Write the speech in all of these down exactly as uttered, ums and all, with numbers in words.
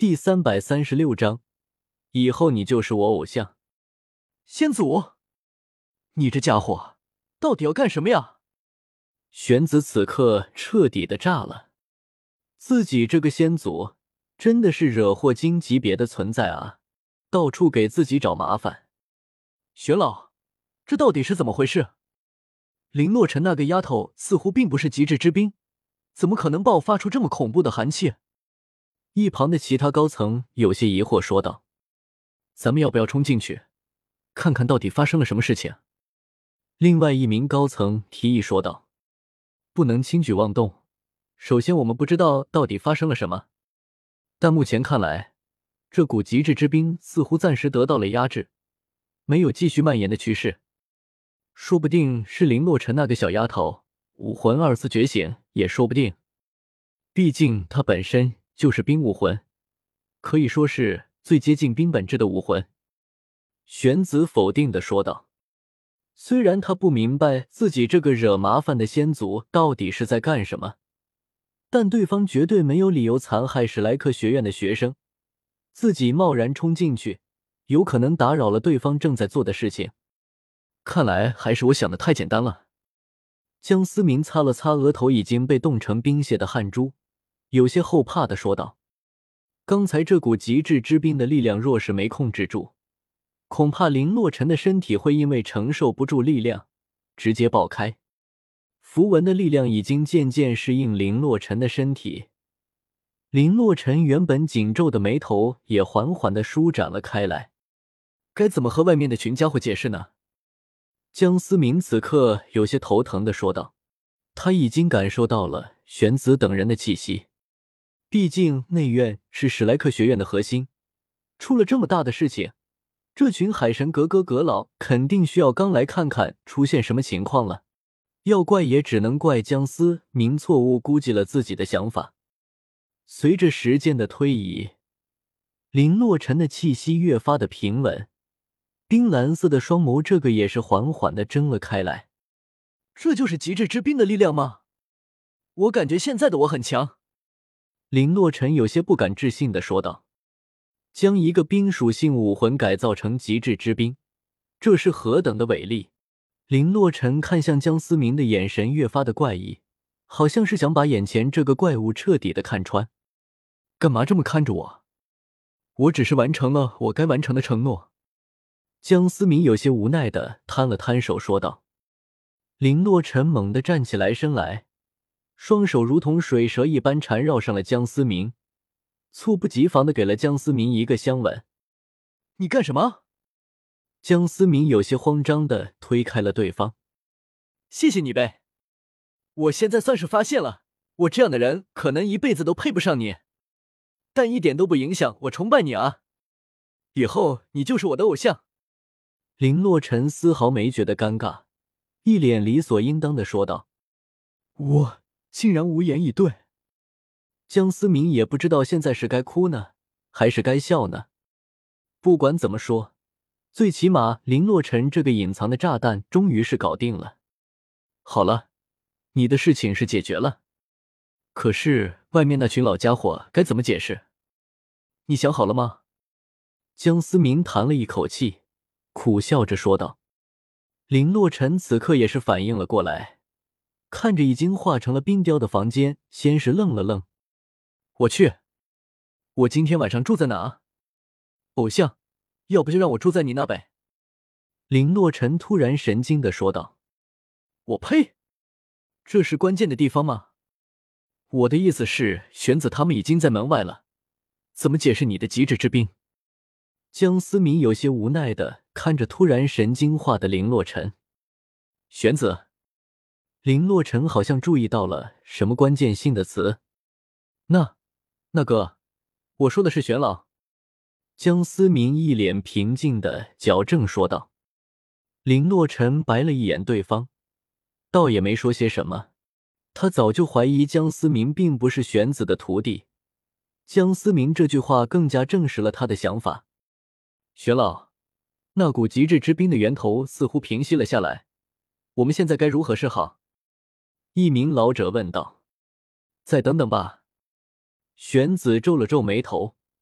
第三百三十六章，以后你就是我偶像。 仙祖，你这家伙到底要干什么呀？ 玄子此刻彻底的炸了，自己这个仙祖真的是惹祸精级别的存在啊，到处给自己找麻烦。 玄老，这到底是怎么回事？林洛尘那个丫头似乎并不是极致之冰，怎么可能爆发出这么恐怖的寒气？ 一旁的其他高层有些疑惑说道：“ 咱们要不要冲进去，看看到底发生了什么事情？” 另外一名高层提议说道：“ 不能轻举妄动，首先我们不知道到底发生了什么，但目前看来，这股极致之冰似乎暂时得到了压制，没有继续蔓延的趋势。说不定是林洛尘那个小丫头武魂二次觉醒，也说不定。毕竟她本身就是冰武魂，可以说是最接近冰本质的武魂。” 玄子否定地说道。虽然他不明白自己这个惹麻烦的仙族到底是在干什么，但对方绝对没有理由残害史莱克学院的学生，自己贸然冲进去，有可能打扰了对方正在做的事情。 看来还是我想的太简单了。 江思明擦了擦额头已经被冻成冰屑的汗珠，有些后怕地说道：“刚才这股极致之冰的力量若是没控制住，恐怕林洛尘的身体会因为承受不住力量，直接爆开。”符文的力量已经渐渐适应林洛尘的身体，林洛尘原本紧皱的眉头也缓缓地舒展了开来。 该怎么和外面的群家伙解释呢？ 江思明此刻有些头疼地说道，他已经感受到了玄子等人的气息。毕竟内院是史莱克学院的核心，出了这么大的事情，这群海神阁阁阁老肯定需要刚来看看出现什么情况了。要怪也只能怪江思明错误估计了自己的想法。随着时间的推移，林洛尘的气息越发的平稳，冰蓝色的双眸这个也是缓缓地睁了开来。 这就是极致之冰的力量吗？我感觉现在的我很强。 林洛尘有些不敢置信地说道。将一个冰属性武魂改造成极致之冰，这是何等的伟力！林洛尘看向江思明的眼神越发的怪异，好像是想把眼前这个怪物彻底的看穿。 干嘛这么看着我？我只是完成了我该完成的承诺。 江思明有些无奈的摊了摊手说道。林洛尘猛地站起来身来，双手如同水蛇一般缠绕上了江思明，猝不及防的给了江思明一个香吻。 你干什么？ 江思明有些慌张的推开了对方。 谢谢你呗，我现在算是发现了，我这样的人可能一辈子都配不上你，但一点都不影响我崇拜你啊！以后你就是我的偶像。 林洛尘丝毫没觉得尴尬，一脸理所应当的说道。 我竟然无言以对。 江思明也不知道现在是该哭呢，还是该笑呢。不管怎么说，最起码林洛尘这个隐藏的炸弹终于是搞定了。 好了，你的事情是解决了，可是外面那群老家伙该怎么解释？你想好了吗？ 江思明叹了一口气，苦笑着说道。林洛尘此刻也是反应了过来，看着已经化成了冰雕的房间，先是愣了愣。 我去，我今天晚上住在哪？偶像，要不就让我住在你那呗。 林洛尘突然神经地说道。 我呸，这是关键的地方吗？我的意思是，玄子他们已经在门外了，怎么解释你的极致之冰？ 江思明有些无奈地看着突然神经化的林洛尘。 玄子， 林洛尘好像注意到了什么关键性的词。 那，那个，我说的是玄老。 江思明一脸平静地矫正说道。林洛尘白了一眼对方，倒也没说些什么。他早就怀疑江思明并不是玄子的徒弟，江思明这句话更加证实了他的想法。 玄老，那股极致之冰的源头似乎平息了下来，我们现在该如何是好？ 一名老者问道。 再等等吧。 玄子皱了皱眉头，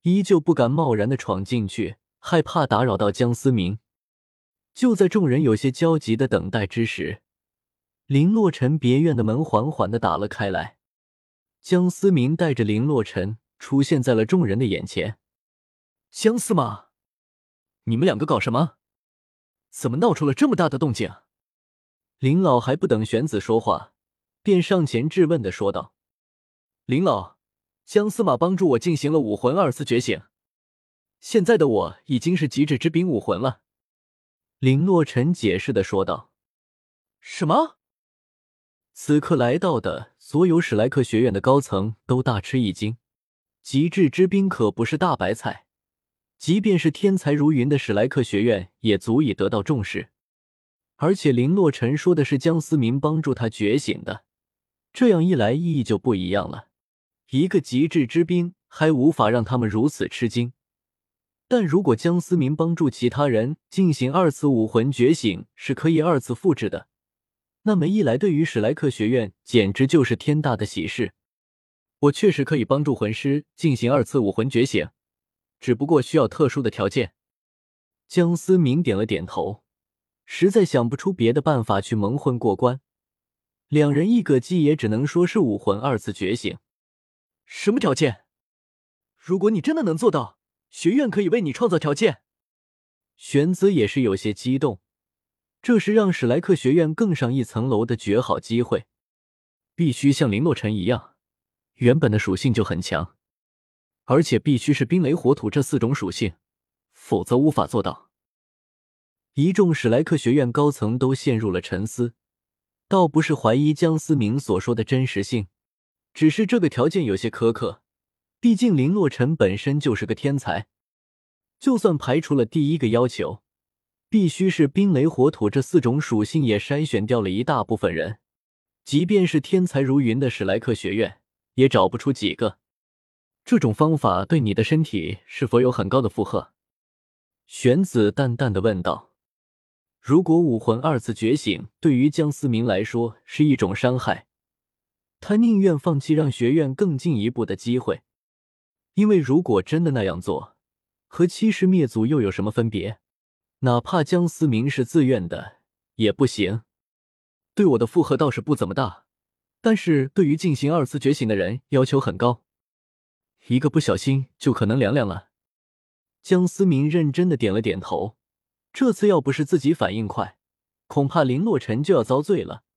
依旧不敢贸然的闯进去，害怕打扰到江思明。就在众人有些焦急的等待之时，林洛尘别院的门缓缓的打了开来，江思明带着林洛尘出现在了众人的眼前。 江司马，你们两个搞什么？怎么闹出了这么大的动静？ 林老还不等玄子说话，便上前质问的说道： 林老，江司马帮助我进行了武魂二次觉醒，现在的我已经是极致之兵武魂了。 林洛尘解释的说道。 什么？ 此刻来到的所有史莱克学院的高层都大吃一惊，极致之兵可不是大白菜，即便是天才如云的史莱克学院也足以得到重视。而且林洛尘说的是江思明帮助他觉醒的，这样一来意义就不一样了。一个极致之兵还无法让他们如此吃惊，但如果江思明帮助其他人进行二次武魂觉醒是可以二次复制的，那么一来对于史莱克学院简直就是天大的喜事。 我确实可以帮助魂师进行二次武魂觉醒，只不过需要特殊的条件。 江思明点了点头，实在想不出别的办法去蒙混过关。两人一个鸡也只能说是武魂二次觉醒。 什么条件？如果你真的能做到，学院可以为你创造条件。 玄子也是有些激动，这是让史莱克学院更上一层楼的绝好机会。 必须像林洛尘一样，原本的属性就很强，而且必须是冰雷火土这四种属性，否则无法做到。 一众史莱克学院高层都陷入了沉思，倒不是怀疑江思明所说的真实性，只是这个条件有些苛刻，毕竟林洛尘本身就是个天才。就算排除了第一个要求，必须是冰雷火土这四种属性，也筛选掉了一大部分人，即便是天才如云的史莱克学院也找不出几个。 这种方法对你的身体是否有很高的负荷？ 玄子淡淡的问道。如果武魂二次觉醒对于江思明来说是一种伤害，他宁愿放弃让学院更进一步的机会，因为如果真的那样做，和欺师灭祖又有什么分别？哪怕江思明是自愿的也不行。 对我的负荷倒是不怎么大，但是对于进行二次觉醒的人要求很高，一个不小心就可能凉凉了。 江思明认真的点了点头，这次要不是自己反应快，恐怕林洛尘就要遭罪了。